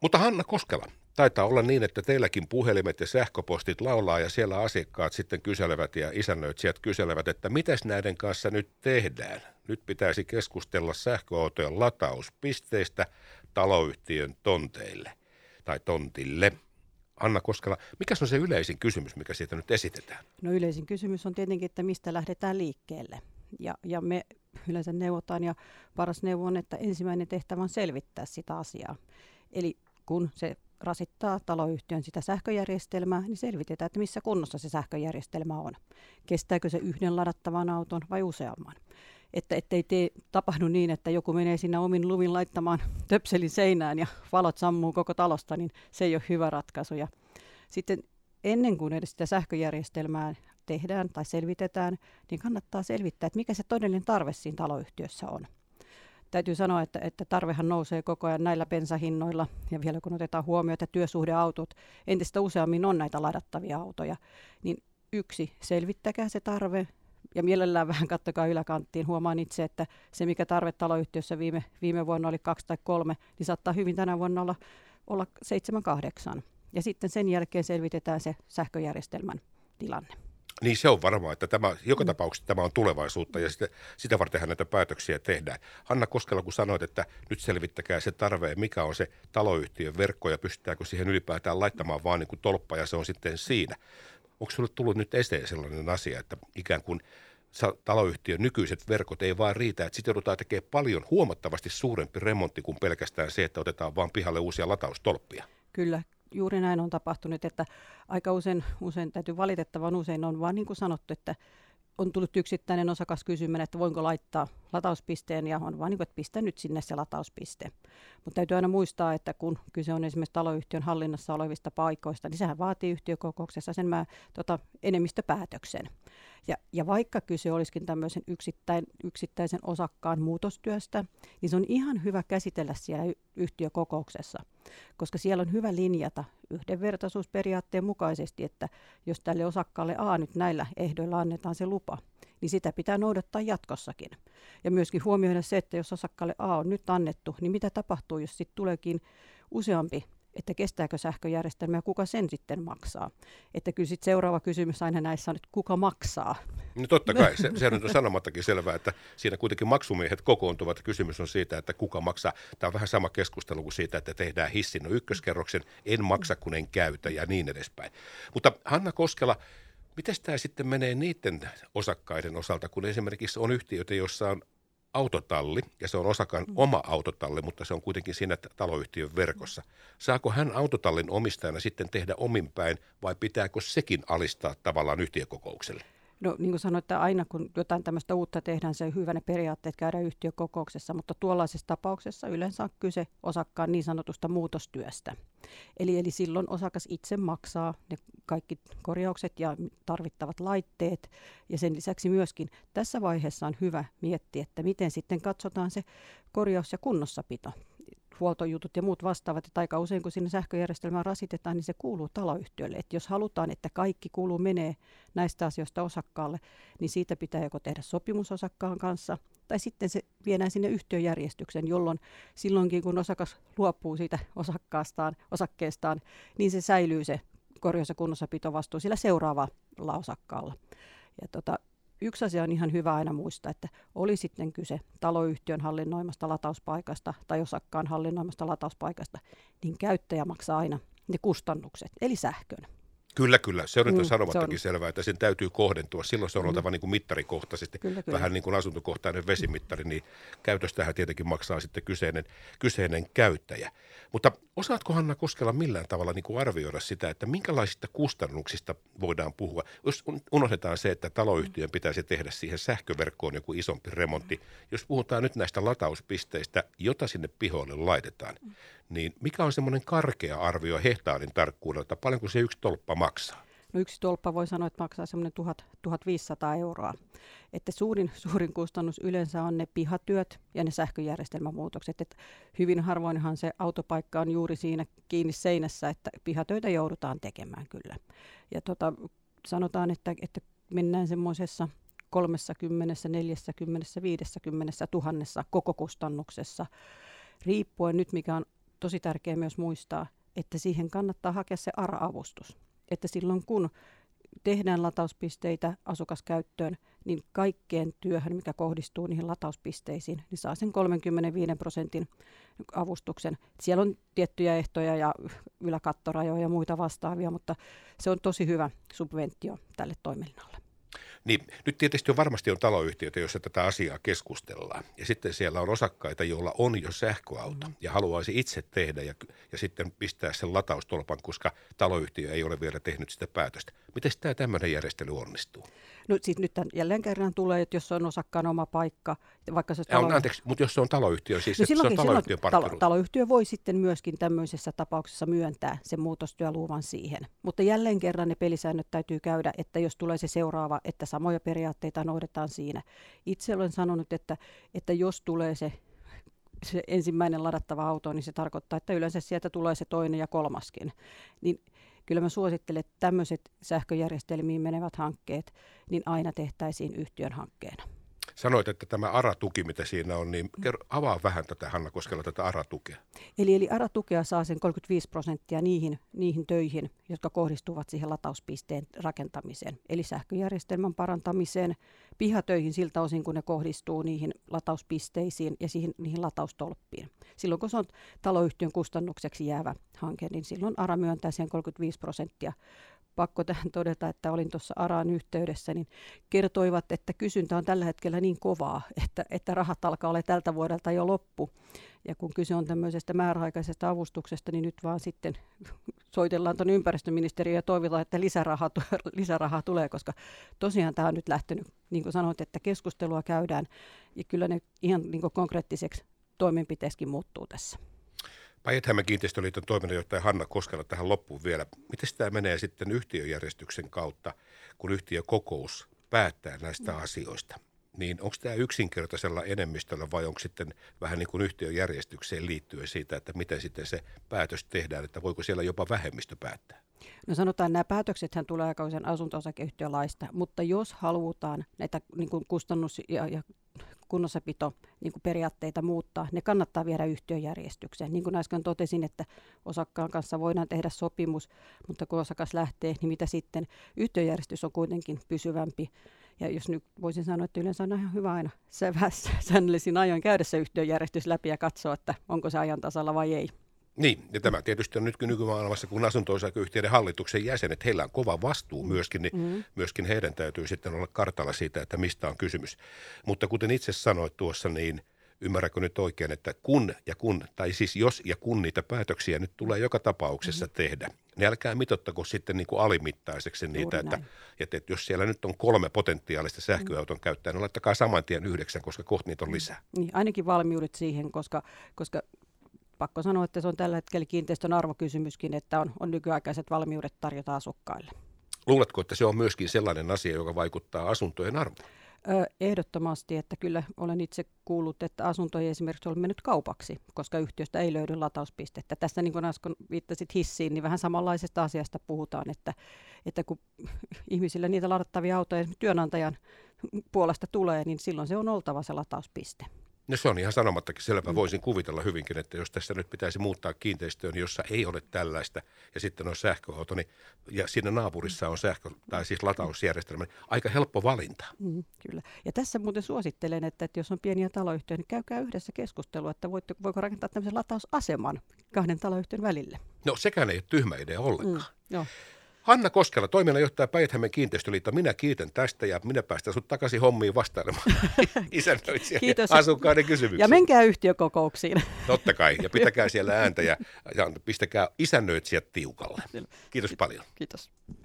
Mutta Hanna Koskela, taitaa olla niin, että teilläkin puhelimet ja sähköpostit laulaa ja siellä asiakkaat sitten kyselevät ja isännöitsijät kyselevät, että mitäs näiden kanssa nyt tehdään. Nyt pitäisi keskustella sähköautojen latauspisteistä taloyhtiön tonteille tai tontille. Hanna Koskela, mikä on se yleisin kysymys, mikä siitä nyt esitetään? No yleisin kysymys on tietenkin, että mistä lähdetään liikkeelle. Ja me yleensä neuvotaan ja paras neuvo on, että ensimmäinen tehtävä on selvittää sitä asiaa. Eli kun se rasittaa taloyhtiön sitä sähköjärjestelmää, niin selvitetään, että missä kunnossa se sähköjärjestelmä on. Kestääkö se yhden ladattavan auton vai useamman? Että ettei tapahdu niin, että joku menee sinne omin luvin laittamaan töpselin seinään ja valot sammuu koko talosta, niin se ei ole hyvä ratkaisu. Ja sitten ennen kuin edes sitä sähköjärjestelmää tehdään tai selvitetään, niin kannattaa selvittää, että mikä se todellinen tarve siinä taloyhtiössä on. Täytyy sanoa, että tarvehan nousee koko ajan näillä bensahinnoilla, ja vielä kun otetaan huomioon, että työsuhdeautot entistä useammin on näitä ladattavia autoja, niin selvittäkää se tarve, ja mielellään vähän kattokaa yläkanttiin. Huomaan itse, että se mikä tarve taloyhtiössä viime vuonna oli 2 tai 3, niin saattaa hyvin tänä vuonna olla 7-8. Ja sitten sen jälkeen selvitetään se sähköjärjestelmän tilanne. Niin se on varmaa, että joka tapauksessa tämä on tulevaisuutta ja sitä vartenhan näitä päätöksiä tehdään. Hanna Koskela, kun sanoit, että nyt selvittäkää se tarve ja mikä on se taloyhtiön verkko ja pystytäänkö siihen ylipäätään laittamaan vaan niin kuin tolppa ja se on sitten siinä. Onko sinulle tullut nyt esteen sellainen asia, että ikään kuin taloyhtiön nykyiset verkot ei vaan riitä, että sitten joudutaan tekemään paljon huomattavasti suurempi remontti kuin pelkästään se, että otetaan vaan pihalle uusia lataustolppia? Kyllä. Juuri näin on tapahtunut, että aika usein täytyy valitettavan usein on vaan niin kuin sanottu, että on tullut yksittäinen osakas kysymään, että voinko laittaa latauspisteen ja on vaan niin kuin, että pistä nyt sinne se latauspiste. Mutta täytyy aina muistaa, että kun kyse on esimerkiksi taloyhtiön hallinnassa olevista paikoista, niin sehän vaatii yhtiökokouksessa sen enemmistöpäätöksen. Ja vaikka kyse olisikin tämmöisen yksittäisen osakkaan muutostyöstä, niin se on ihan hyvä käsitellä siellä yhtiökokouksessa, koska siellä on hyvä linjata yhdenvertaisuusperiaatteen mukaisesti, että jos tälle osakkaalle A nyt näillä ehdoilla annetaan se lupa, niin sitä pitää noudattaa jatkossakin. Ja myöskin huomioida se, että jos osakkaalle A on nyt annettu, niin mitä tapahtuu, jos sitten tuleekin useampi, että kestääkö sähköjärjestelmä ja kuka sen sitten maksaa. Että kyllä sitten seuraava kysymys aina näissä on, että kuka maksaa. No totta kai, se nyt on sanomattakin selvää, että siinä kuitenkin maksumiehet kokoontuvat. Kysymys on siitä, että kuka maksaa. Tämä on vähän sama keskustelu kuin siitä, että tehdään hissin. No ykköskerroksen en maksa, kun en käytä ja niin edespäin. Mutta Hanna Koskela, miten tämä sitten menee niiden osakkaiden osalta, kun esimerkiksi on yhtiöitä, joissa on autotalli, ja se on osakan oma autotalli, mutta se on kuitenkin siinä taloyhtiön verkossa. Saako hän autotallin omistajana sitten tehdä omin päin, vai pitääkö sekin alistaa tavallaan yhtiökokoukselle? No niin kuin sanoin, että aina kun jotain tämmöistä uutta tehdään, se on hyvä ne periaatteet käydä yhtiökokouksessa, mutta tuollaisessa tapauksessa yleensä on kyse osakkaan niin sanotusta muutostyöstä. Eli silloin osakas itse maksaa ne kaikki korjaukset ja tarvittavat laitteet, ja sen lisäksi myöskin tässä vaiheessa on hyvä miettiä, että miten sitten katsotaan se korjaus- ja kunnossapito. Huoltojutut ja muut vastaavat, että aika usein kun sinne sähköjärjestelmään rasitetaan, niin se kuuluu taloyhtiölle. Että jos halutaan, että kaikki menee näistä asioista osakkaalle, niin siitä pitää joko tehdä sopimus osakkaan kanssa, tai sitten se viedään sinne yhtiöjärjestykseen, jolloin silloinkin kun osakas luopuu siitä osakkeestaan, niin se säilyy se korjaus- ja kunnossapitovastuu sillä seuraavalla osakkaalla. Ja yksi asia on ihan hyvä aina muistaa, että oli sitten kyse taloyhtiön hallinnoimasta latauspaikasta tai osakkaan hallinnoimasta latauspaikasta, niin käyttäjä maksaa aina ne kustannukset, eli sähkön. Kyllä. Se on nyt sanomattakin selvää, että sen täytyy kohdentua. Silloin se on oltava niin kuin mittarikohtaisesti, vähän niin kuin asuntokohtainen vesimittari, niin käytöstähän tietenkin maksaa sitten kyseinen käyttäjä. Mutta osaatko Hanna Koskela millään tavalla niin kuin arvioida sitä, että minkälaisista kustannuksista voidaan puhua? Jos unohdetaan se, että taloyhtiön pitäisi tehdä siihen sähköverkkoon joku isompi remontti. Jos puhutaan nyt näistä latauspisteistä, jota sinne pihoille laitetaan, niin mikä on semmoinen karkea arvio hehtaarin tarkkuudelta? Paljonko se yksi tolppa maksaa? No yksi tolppa voi sanoa, että maksaa semmoinen 1 500 €. Että suurin kustannus yleensä on ne pihatyöt ja ne sähköjärjestelmämuutokset. Että hyvin harvoinhan se autopaikka on juuri siinä kiinni seinässä, että pihatöitä joudutaan tekemään kyllä. Ja sanotaan, että mennään semmoisessa 30, 40, 50 000 koko kustannuksessa. Riippuen nyt, mikä on tosi tärkeää myös muistaa, että siihen kannattaa hakea se ARA-avustus. Että silloin kun tehdään latauspisteitä asukaskäyttöön, niin kaikkeen työhön, mikä kohdistuu niihin latauspisteisiin, niin saa sen 35% avustuksen. Siellä on tiettyjä ehtoja ja yläkattorajoja ja muita vastaavia, mutta se on tosi hyvä subventio tälle toiminnalle. Niin, nyt tietysti varmasti on taloyhtiöitä, joissa tätä asiaa keskustellaan. Ja sitten siellä on osakkaita, joilla on jo sähköauto ja haluaisi itse tehdä ja sitten pistää sen lataustolpan, koska taloyhtiö ei ole vielä tehnyt sitä päätöstä. Miten tämä tämmöinen järjestely onnistuu? No siis nyt jälleen kerran tulee, että jos on osakkaan oma paikka, vaikka se Anteeksi, mutta jos se on taloyhtiö, siis no se on taloyhtiön parkkiruutu. Taloyhtiö voi sitten myöskin tämmöisessä tapauksessa myöntää sen muutostyöluvan siihen. Mutta jälleen kerran ne pelisäännöt täytyy käydä, että jos tulee se seuraava, että samoja periaatteita noudatetaan siinä. Itse olen sanonut, että jos tulee se ensimmäinen ladattava auto, niin se tarkoittaa, että yleensä sieltä tulee se toinen ja kolmaskin. Niin kyllä mä suosittelen, että tämmöiset sähköjärjestelmiin menevät hankkeet, niin aina tehtäisiin yhtiön hankkeena. Sanoit, että tämä ARA-tuki, mitä siinä on, niin avaa vähän tätä, Hanna Koskela, tätä ARA-tukea. Eli ARA-tukea saa sen 35% niihin töihin, jotka kohdistuvat siihen latauspisteen rakentamiseen. Eli sähköjärjestelmän parantamiseen, pihatöihin siltä osin, kun ne kohdistuu niihin latauspisteisiin ja niihin lataustolppiin. Silloin, kun se on taloyhtiön kustannukseksi jäävä hanke, niin silloin ARA myöntää sen 35%. Pakko tähän todeta, että olin tuossa ARAan yhteydessä, niin kertoivat, että kysyntä on tällä hetkellä niin kovaa, että rahat alkaa olla tältä vuodelta jo loppu. Ja kun kyse on tämmöisestä määräaikaisesta avustuksesta, niin nyt vaan sitten soitellaan tuonne ympäristöministeriöön ja toivotaan, että lisärahaa tulee, koska tosiaan tämä on nyt lähtenyt, niin kuin sanoit, että keskustelua käydään ja kyllä ne ihan niin kuin konkreettiseksi toimenpiteessäkin muuttuu tässä. Päijät-Hämeen kiinteistöliiton toiminnanjohtaja Hanna Koskela tähän loppuun vielä. Miten tämä menee sitten yhtiöjärjestyksen kautta, kun yhtiökokous päättää näistä asioista? Niin onko tämä yksinkertaisella enemmistöllä vai onko sitten vähän niin kuin yhtiöjärjestykseen liittyen siitä, että miten sitten se päätös tehdään, että voiko siellä jopa vähemmistö päättää? No sanotaan, että nämä päätöksethän tulee aikaisen asunto-osakeyhtiölaista, mutta jos halutaan näitä niin kuin kustannus- ja kunnossapito niin kuin periaatteita muuttaa, ne kannattaa viedä yhtiöjärjestykseen. Niin kuin äsken totesin, että osakkaan kanssa voidaan tehdä sopimus, mutta kun osakas lähtee, niin mitä sitten? Yhtiöjärjestys on kuitenkin pysyvämpi. Ja jos nyt voisin sanoa, että yleensä on ihan hyvä aina säännöllisin ajoin käydä se yhtiöjärjestys läpi ja katsoa, että onko se ajan tasalla vai ei. Niin, ja tämä tietysti on nyt nykymaailmassa, kun asunto-osakeyhtiöiden hallituksen jäsenet, heillä on kova vastuu myöskin, niin myöskin heidän täytyy sitten olla kartalla siitä, että mistä on kysymys. Mutta kuten itse sanoit tuossa, niin ymmärrätkö nyt oikein, että jos ja kun niitä päätöksiä nyt tulee joka tapauksessa tehdä, niin älkää mitoittako sitten niin kuin alimittaiseksi niitä, että jos siellä nyt on 3 potentiaalista sähköauton käyttäjää, niin laittakaa saman tien 9, koska kohta niitä on lisää. Niin, ainakin valmiudet siihen, koska pakko sanoa, että se on tällä hetkellä kiinteistön arvokysymyskin, että on nykyaikaiset valmiudet tarjota asukkaille. Luuletko, että se on myöskin sellainen asia, joka vaikuttaa asuntojen arvoon? Ehdottomasti, että kyllä olen itse kuullut, että asunto ei esimerkiksi ole mennyt kaupaksi, koska yhtiöstä ei löydy latauspistettä. Tässä niin kuin äsken viittasit hissiin, niin vähän samanlaisesta asiasta puhutaan, että kun ihmisillä niitä ladattavia autoja työnantajan puolesta tulee, niin silloin se on oltava se latauspiste. No se on ihan sanomattakin selvä. Voisin kuvitella hyvinkin, että jos tässä nyt pitäisi muuttaa kiinteistöön, jossa ei ole tällaista, ja sitten on sähköauto, niin, ja siinä naapurissa on tai siis latausjärjestelmä, niin aika helppo valinta. Kyllä. Ja tässä muuten suosittelen, että jos on pieniä taloyhtiöitä, niin käykää yhdessä keskustelua, että voiko rakentaa tämmöisen latausaseman 2 taloyhtiön välille. No sekään ei ole tyhmä idea ollenkaan. Joo. Hanna Koskela, toiminnanjohtaja Päijät-Hämeen kiinteistöliitto. Minä kiitän tästä ja minä päästän sinut takaisin hommiin vastailemaan isännöitsijä ja asukkaiden kysymyksiin. Ja menkää yhtiökokouksiin. Totta kai. Ja pitäkää siellä ääntä ja pistäkää isännöitsijät tiukalle. Kiitos paljon. Kiitos.